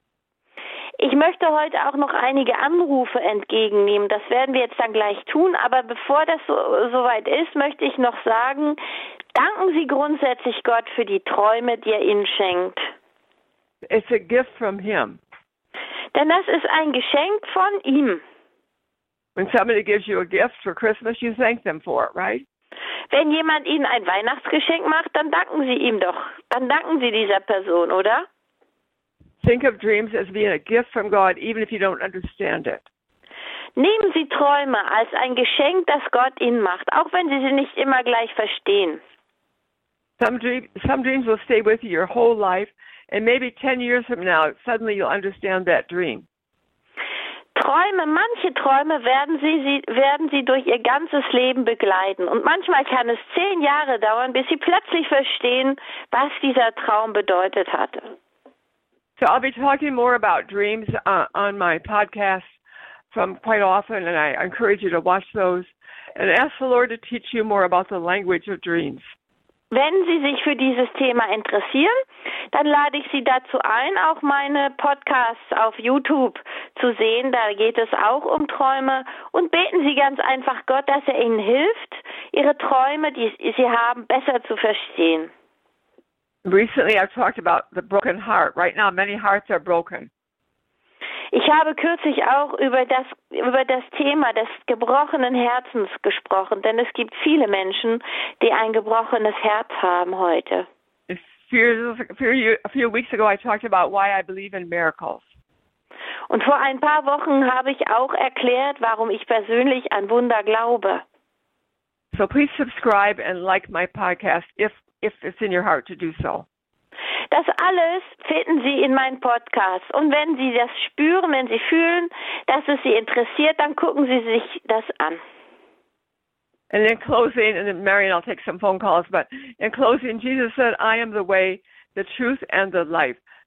Ich möchte heute auch noch einige Anrufe entgegennehmen. Das werden wir jetzt dann gleich tun. Aber bevor das so, soweit ist, möchte ich noch sagen, danken Sie grundsätzlich Gott für die Träume, die er Ihnen schenkt. It's a gift from him. Denn das ist ein Geschenk von ihm. When somebody gives you a gift for Christmas, you thank them for it, right? Wenn jemand Ihnen ein Weihnachtsgeschenk macht, dann danken Sie ihm doch. Dann danken Sie dieser Person, oder? Think of dreams as being a gift from God, even if you don't understand it. Nehmen Sie Träume als ein Geschenk, das Gott Ihnen macht, auch wenn Sie sie nicht immer gleich verstehen. Some, dream, some dreams will stay with you your whole life, and maybe ten years from now, suddenly you'll understand that dream. Träume, manche Träume werden sie, sie, werden sie durch ihr ganzes Leben begleiten. Und manchmal kann es zehn Jahre dauern, bis Sie plötzlich verstehen, was dieser Traum bedeutet hatte. So I'll be talking more about dreams uh, on my podcast from quite often, and I encourage you to watch those and ask the Lord to teach you more about the language of dreams. Wenn Sie sich für dieses Thema interessieren, dann lade ich Sie dazu ein, auch meine Podcasts auf YouTube zu sehen. Da geht es auch um Träume. Und beten Sie ganz einfach Gott, dass er Ihnen hilft, Ihre Träume, die Sie haben, besser zu verstehen. Recently, I've talked about the broken heart. Right now, many hearts are broken. Ich habe kürzlich auch über das, über das Thema des gebrochenen Herzens gesprochen, denn es gibt viele Menschen, die ein gebrochenes Herz haben heute. A few, a few weeks ago, I talked about why I believe in miracles. Und vor ein paar Wochen habe ich auch erklärt, warum ich persönlich an Wunder glaube. So please subscribe and like my podcast if if it's in your heart to do so. Das alles finden Sie in meinem Podcast. Und wenn Sie das spüren, wenn Sie fühlen, dass es Sie interessiert, dann gucken Sie sich das an. And in closing, and then Mary and I'll take some phone calls, but in closing, Jesus said, I am the way, the truth, and the life.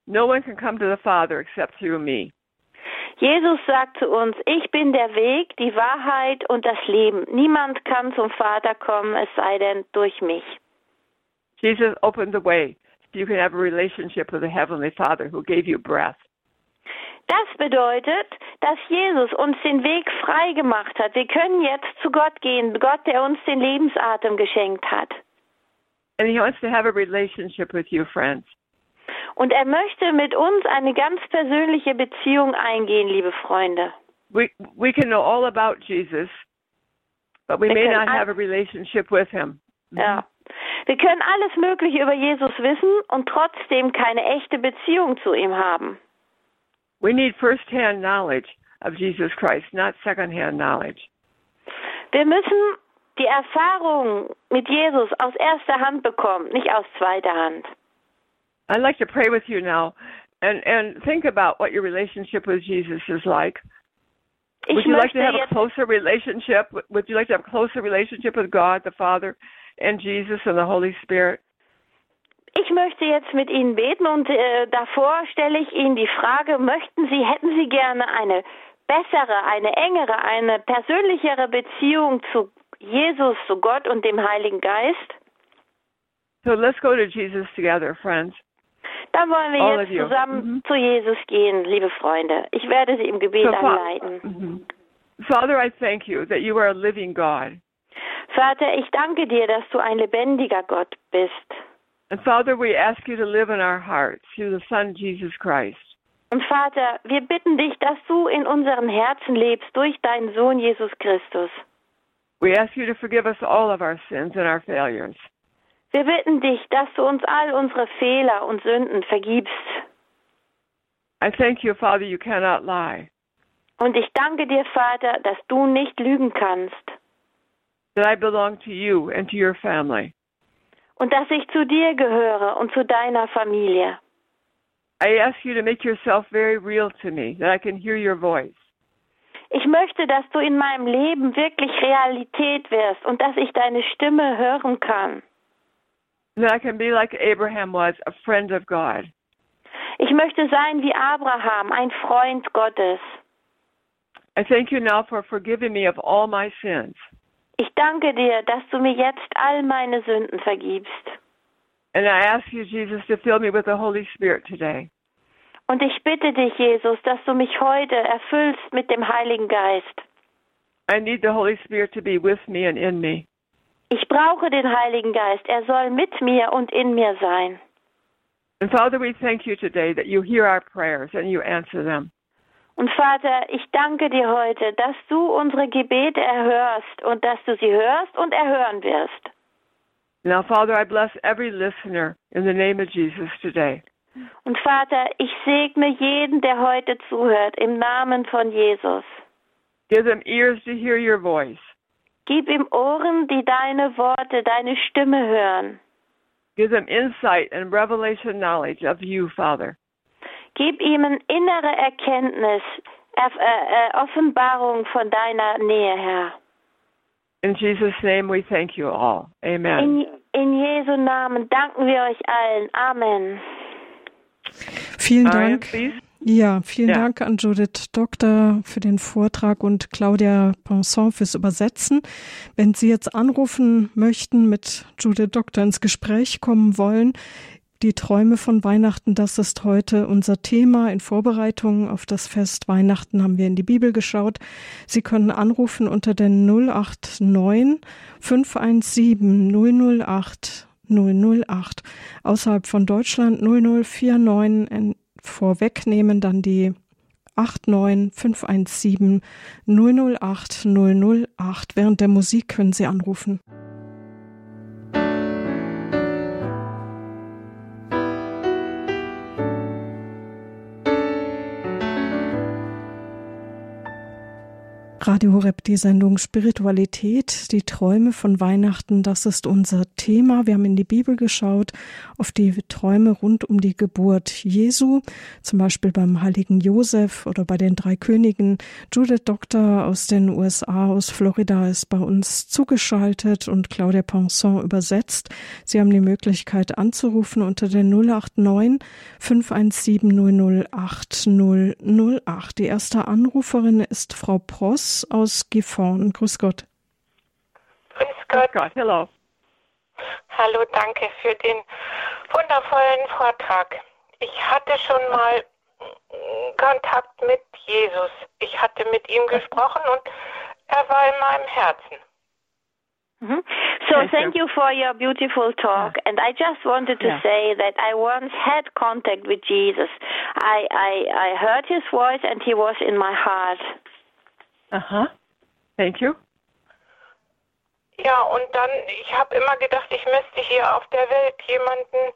No one can come to the Father except through me. Jesus sagt zu uns, ich bin der Weg, die Wahrheit und das Leben. Niemand kann zum Vater kommen, es sei denn durch mich. Jesus opened the way so you can have a relationship with the Heavenly Father who gave you breath. Das bedeutet, dass Jesus uns den Weg frei gemacht hat. Wir können jetzt zu Gott gehen, Gott, der uns den Lebensatem geschenkt hat. And he wants to have a relationship with you, friends. Und er möchte mit uns eine ganz persönliche Beziehung eingehen, liebe Freunde. We we can know all about Jesus, but we Wir may können not all- have a relationship with him. Ja. Wir können alles Mögliche über Jesus wissen und trotzdem keine echte Beziehung zu ihm haben. We need first-hand knowledge of Jesus Christ, not second-hand knowledge. Wir müssen die Erfahrung mit Jesus aus erster Hand bekommen, nicht aus zweiter Hand. I'd like to pray with you now and, and think about what your relationship with Jesus is like. Ich Would you like möchte to have a jetzt closer relationship? Would you like to have a closer relationship with God, the Father, and Jesus and the Holy Spirit? Ich möchte jetzt mit Ihnen beten und äh, davor stelle ich Ihnen die Frage, möchten Sie, hätten Sie gerne eine bessere, eine engere, eine persönlichere Beziehung zu Jesus, zu Gott und dem Heiligen Geist? So let's go to Jesus together, friends. Dann wollen wir All jetzt of you. zusammen Mhm. zu Jesus gehen, liebe Freunde. Ich werde Sie im Gebet So, Fa- anleiten. Mhm. Father, I thank you that you are a living God. Vater, ich danke dir, dass du ein lebendiger Gott bist. And Father, we ask you to live in our hearts through the Son, Jesus Christ. Und Vater, wir bitten dich, dass du in unseren Herzen lebst durch deinen Sohn Jesus Christus. We ask you to forgive us all of our sins and our failures. Wir bitten dich, dass du uns all unsere Fehler und Sünden vergibst. I thank you, Father, you cannot lie. Und ich danke dir, Vater, dass du nicht lügen kannst. That I belong to you and to your family. Und dass ich zu dir gehöre und zu deiner Familie. I ask you to make yourself very real to me, that I can hear your voice. Ich möchte, dass du in meinem Leben wirklich Realität wirst und dass ich deine Stimme hören kann. That I can be like Abraham was, a friend of God. Ich möchte sein wie Abraham, ein Freund Gottes. I thank you now for forgiving me of all my sins. Ich danke dir, dass du mir jetzt all meine Sünden vergibst. And I ask you, Jesus, to fill me with the Holy Spirit today. Und ich bitte dich, Jesus, dass du mich heute erfüllst mit dem Heiligen Geist. I need the Holy Spirit to be with me and in me. Ich brauche den Heiligen Geist. Er soll mit mir und in mir sein. And Father, we thank you today that you hear our prayers and you answer them. Und Vater, ich danke dir heute, dass du unsere Gebete erhörst und dass du sie hörst und erhören wirst. Now, Father, I bless every listener in the name of Jesus today. Und Vater, ich segne jeden, der heute zuhört, im Namen von Jesus. Give them ears to hear your voice. Gib ihm Ohren, die deine Worte, deine Stimme hören. Give them insight and revelation knowledge of you, Father. Gib ihm innere Erkenntnis, Erf- äh, äh, Offenbarung von deiner Nähe, Herr. In Jesus' name we thank you all. Amen. In, in Jesu Namen danken wir euch allen. Amen. Vielen Marian, Dank. please. Ja, vielen Ja. Dank an Judith Doktor für den Vortrag und Claudia Ponson fürs Übersetzen. Wenn Sie jetzt anrufen möchten, mit Judith Doktor ins Gespräch kommen wollen, die Träume von Weihnachten, das ist heute unser Thema. In Vorbereitung auf das Fest Weihnachten haben wir in die Bibel geschaut. Sie können anrufen unter den null acht neun fünf eins sieben null null acht null null acht. Außerhalb von Deutschland null null vier neun in vorwegnehmen, dann die acht neun fünf eins sieben null null acht null null acht. Während der Musik können Sie anrufen. Radio Horeb, die Sendung Spiritualität, die Träume von Weihnachten, das ist unser Thema. Wir haben in die Bibel geschaut, auf die Träume rund um die Geburt Jesu, zum Beispiel beim heiligen Josef oder bei den drei Königen. Judith Doktor aus den U S A, aus Florida, ist bei uns zugeschaltet und Claudia Ponson übersetzt. Sie haben die Möglichkeit anzurufen unter der null acht neun, fünf eins sieben, null null acht, null null acht. Die erste Anruferin ist Frau Pross aus Gifhorn. Grüß Gott. Grüß Gott. Gott, hello. Hallo, danke für den wundervollen Vortrag. Ich hatte schon mal Kontakt mit Jesus. Ich hatte mit ihm gesprochen und er war in meinem Herzen. Mm-hmm. So thank, thank you. you for your beautiful talk. Yeah. And I just wanted to yeah. say that I once had contact with Jesus. I, I, I heard his voice and he was in my heart. Aha, thank you. Ja, und dann, ich habe immer gedacht, ich müsste hier auf der Welt jemanden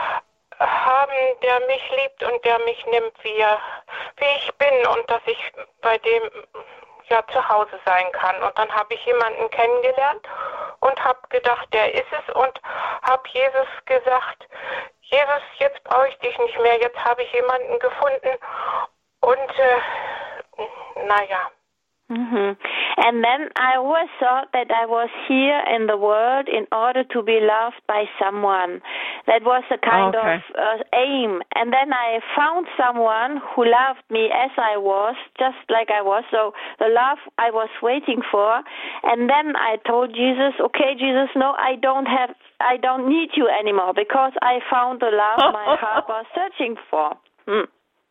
haben, der mich liebt und der mich nimmt, wie, er, wie ich bin und dass ich bei dem ja zu Hause sein kann. Und dann habe ich jemanden kennengelernt und habe gedacht, der ist es und habe Jesus gesagt, Jesus, jetzt brauche ich dich nicht mehr, jetzt habe ich jemanden gefunden und äh, naja. Mm-hmm. And then I always thought that I was here in the world in order to be loved by someone. That was a kind okay. of uh, aim. And then I found someone who loved me as I was, just like I was. So the love I was waiting for. And then I told Jesus, okay, Jesus, no, I don't have, I don't need you anymore because I found the love my heart was searching for. Mm.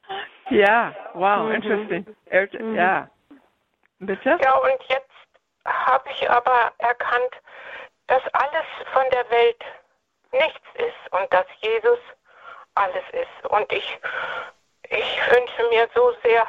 Yeah, wow, Mm-hmm. interesting. Mm-hmm. Yeah. Bitte? Ja, und jetzt habe ich aber erkannt, dass alles von der Welt nichts ist und dass Jesus alles ist. Und ich, ich wünsche mir so sehr,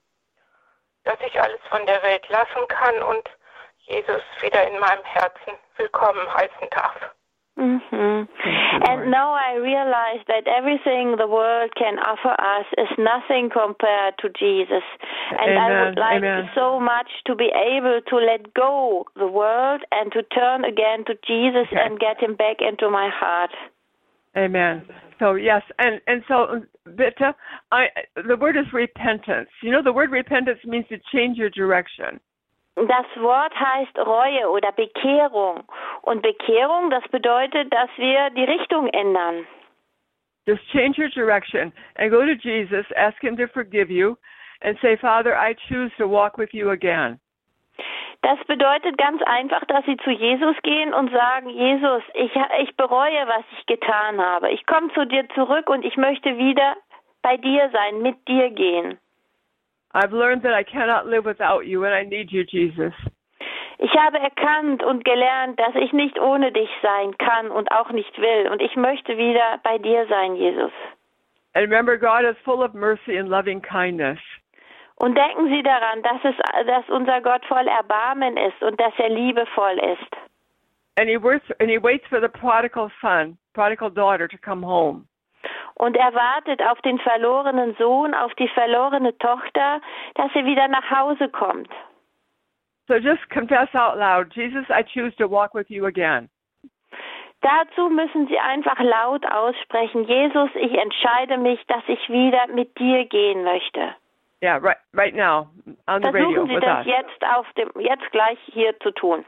dass ich alles von der Welt lassen kann und Jesus wieder in meinem Herzen willkommen heißen darf. Mm-hmm. And now I realize that everything the world can offer us is nothing compared to Jesus. And Amen. I would like Amen. so much to be able to let go the world and to turn again to Jesus okay. and get him back into my heart. Amen. So yes, and and so bitte, I the word is repentance. You know, the word repentance means to change your direction. Das Wort heißt Reue oder Bekehrung. Und Bekehrung, das bedeutet, dass wir die Richtung ändern. Just change your direction and go to Jesus, ask him to forgive you, and say, Father, I choose to walk with you again. Das bedeutet ganz einfach, dass Sie zu Jesus gehen und sagen, Jesus, ich, ich bereue, was ich getan habe. Ich komme zu dir zurück und ich möchte wieder bei dir sein, mit dir gehen. I've learned that I cannot live without you and I need you, Jesus. Ich habe erkannt und gelernt, dass ich nicht ohne dich sein kann und auch nicht will. Und ich möchte wieder bei dir sein, Jesus. And remember, God is full of mercy and loving kindness. Und denken Sie daran, dass, es, dass unser Gott voll Erbarmen ist und dass er liebevoll ist. And he waits, and he waits for the prodigal son, prodigal daughter to come home. Und er wartet auf den verlorenen Sohn, auf die verlorene Tochter, dass sie wieder nach Hause kommt. So just confess out loud, Jesus, I choose to walk with you again. Dazu müssen Sie einfach laut aussprechen, Jesus, ich entscheide mich, dass ich wieder mit dir gehen möchte. Yeah, right, right now on the radio Versuchen Sie with das us. jetzt auf dem, jetzt gleich hier zu tun.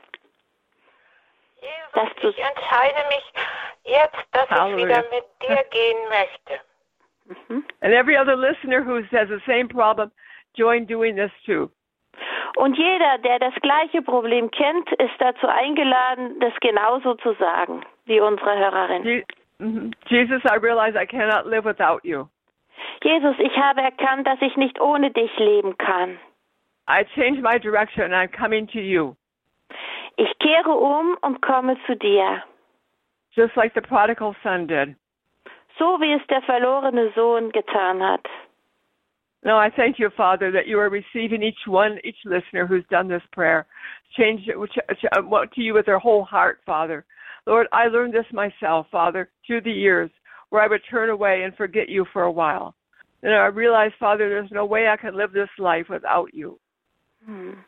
Jesus, ich entscheide mich jetzt, dass Halleluja. ich wieder mit dir gehen möchte. Mhm. And every other listener who has the same problem, join doing this too. Und jeder, der das gleiche Problem kennt, ist dazu eingeladen, das genauso zu sagen, wie unsere Hörerin. Je- mhm. Jesus, I realize I cannot live without you. Jesus, ich habe erkannt, dass ich nicht ohne dich leben kann. I change my direction and I'm coming to you. Ich kehre um und komme zu dir. Just like the prodigal son did. So wie es der verlorene Sohn getan hat. No, I thank you, Father, that you are receiving each one, each listener who's done this prayer. Change it to you with their whole heart, Father. Lord, I learned this myself, Father, through the years, where I would turn away and forget you for a while. And I realized, Father, there's no way I can live this life without you. Hm.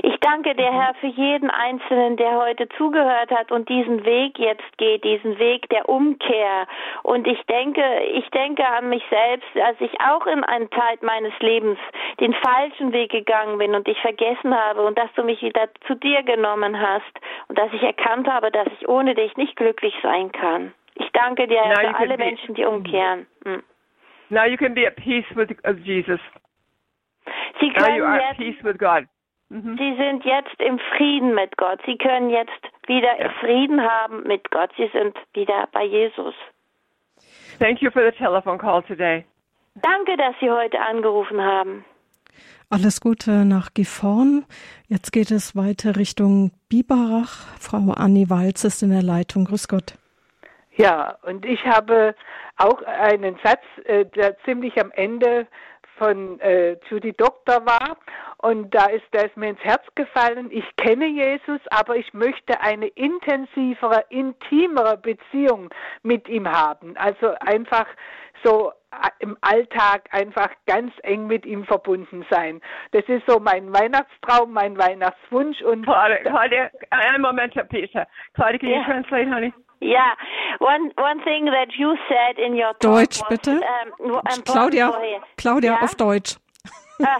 Ich danke dir, Herr, für jeden Einzelnen, der heute zugehört hat und diesen Weg jetzt geht, diesen Weg der Umkehr. Und ich denke, ich denke an mich selbst, als ich auch in einer Zeit meines Lebens den falschen Weg gegangen bin und ich vergessen habe und dass du mich wieder zu dir genommen hast und dass ich erkannt habe, dass ich ohne dich nicht glücklich sein kann. Ich danke dir, Herr, für alle Menschen, die umkehren. Mm. Now you can be at peace with Jesus. Sie Now you können are jetzt, at peace with God. Mhm. Sie sind jetzt im Frieden mit Gott. Sie können jetzt wieder Ja. Frieden haben mit Gott. Sie sind wieder bei Jesus. Thank you for the telephone call today. Danke, dass Sie heute angerufen haben. Alles Gute nach Gifhorn. Jetzt geht es weiter Richtung Biberach. Frau Anni Walz ist in der Leitung. Grüß Gott. Ja, und ich habe auch einen Satz, äh, der ziemlich am Ende von äh, Judy Doktor war. Und da ist, der ist mir ins Herz gefallen. Ich kenne Jesus, aber ich möchte eine intensivere, intimere Beziehung mit ihm haben. Also einfach so im Alltag einfach ganz eng mit ihm verbunden sein. Das ist so mein Weihnachtstraum, mein Weihnachtswunsch. Und Claudia, Claudia, ein Moment, Peter. Claudia, can Yeah. you translate, honey? Yeah, one one thing that you said in your talk Deutsch, was, bitte. um, important Claudia, for you. Claudia Ja? auf Deutsch. Ah,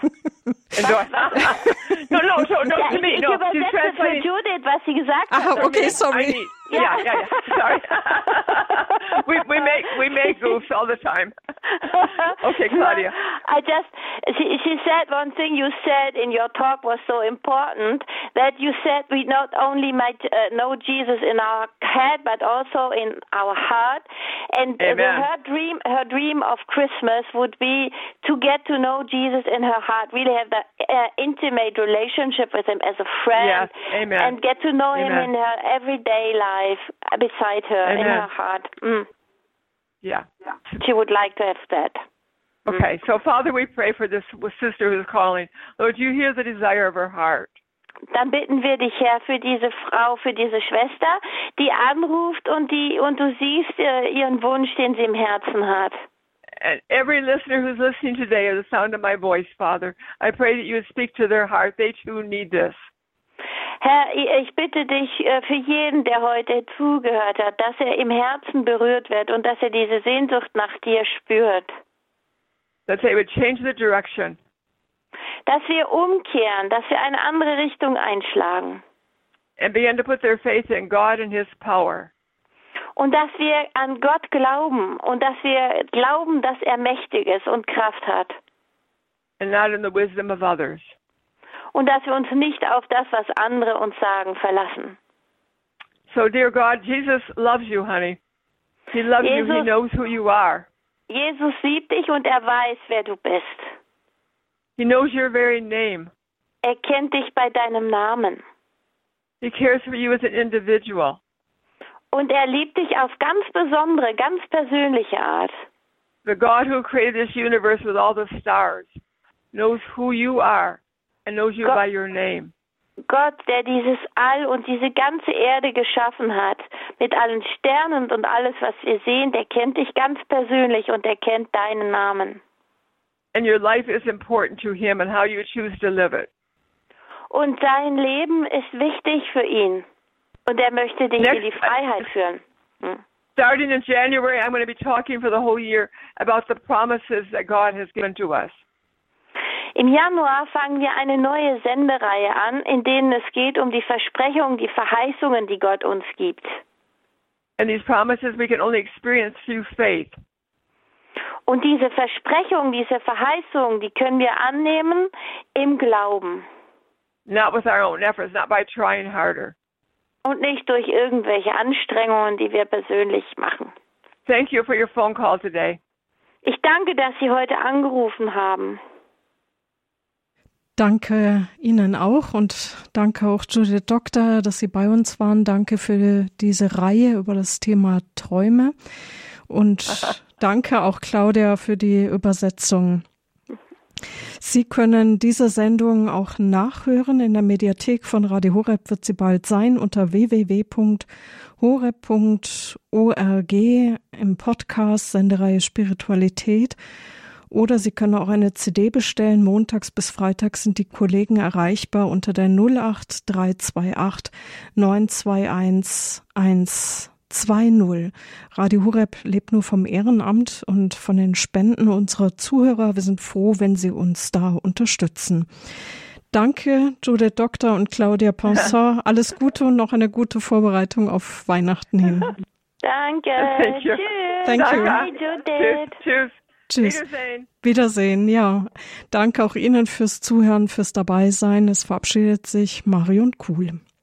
no, no, no, no, ja, to ich, me, ich no. She's übersetze für translating. Judith, was sie gesagt Aha, hat. okay, I sorry. need, yeah, yeah, yeah. Sorry. we we make we make goofs all the time. Okay, Claudia. I just, she, she said one thing you said in your talk was so important, that you said we not only might uh, know Jesus in our head, but also in our heart. And uh, the, Amen. her dream, her dream of Christmas would be to get to know Jesus in her heart, really have the uh, intimate relationship with him as a friend, Yes, amen. and get to know Amen. him in her everyday life beside her, in Amen. her heart. Mm. Yeah. She would like to have that. Okay, so Father, we pray for this sister who's calling. Lord, you hear the desire of her heart. Dann bitten wir dich, Herr, für diese Frau, für diese Schwester, die anruft und die und du siehst äh, ihren Wunsch, den sie im Herzen hat. And every listener who's listening today at the sound of my voice, Father, I pray that you would speak to their heart. They too need this. Herr, ich bitte dich äh, für jeden, der heute zugehört hat, dass er im Herzen berührt wird und dass er diese Sehnsucht nach dir spürt. That they would change the direction. Dass wir umkehren, dass wir eine andere Richtung einschlagen. And begin to put their faith in God and His power. Und dass wir an Gott glauben und dass wir glauben, dass er mächtig ist und Kraft hat. And not in the wisdom of others. Und dass wir uns nicht auf das, was andere uns sagen, verlassen. So, dear God, Jesus loves you, honey. He loves you. He Jesus- knows who you are. Jesus liebt dich und er weiß, wer du bist. He knows your very name. Er kennt dich bei deinem Namen. He cares for you as an individual. Und er liebt dich auf ganz besondere, ganz persönliche Art. The God who created this universe with all the stars knows who you are and knows you God- by your name. Gott, der dieses All und diese ganze Erde geschaffen hat, mit allen Sternen und alles, was wir sehen, der kennt dich ganz persönlich und er kennt deinen Namen. And your life is important to Him and how you choose to live it. Und dein Leben ist wichtig für ihn. Und er möchte dich Next- in die Freiheit führen. Hm. Starting in January, I'm going to be talking for the whole year about the promises that God has given to us. Im Januar fangen wir eine neue Sendereihe an, in denen es geht um die Versprechungen, die Verheißungen, die Gott uns gibt. And these promises we can only experience through faith. Und diese Versprechungen, diese Verheißungen, die können wir annehmen im Glauben Not with our own efforts, not by trying harder. und nicht durch irgendwelche Anstrengungen, die wir persönlich machen. Thank you for your phone call today. Ich danke, dass Sie heute angerufen haben. Danke Ihnen auch und danke auch Judith Doktor, dass Sie bei uns waren. Danke für diese Reihe über das Thema Träume und danke auch Claudia für die Übersetzung. Sie können diese Sendung auch nachhören. In der Mediathek von Radio Horeb wird sie bald sein unter w w w punkt horeb punkt org im Podcast Sendereihe Spiritualität. Oder Sie können auch eine C D bestellen. Montags bis freitags sind die Kollegen erreichbar unter der null acht drei zwei acht neun zwei eins eins zwei null. Radio Horeb lebt nur vom Ehrenamt und von den Spenden unserer Zuhörer. Wir sind froh, wenn Sie uns da unterstützen. Danke, Judith Doktor und Claudia Pensard. Alles Gute und noch eine gute Vorbereitung auf Weihnachten hin. Danke. Thank you. Tschüss. Thank you. Bye, Judith. Tschüss. Tschüss. Wiedersehen. Wiedersehen, ja. Danke auch Ihnen fürs Zuhören, fürs Dabeisein. Es verabschiedet sich Marion Kuhl.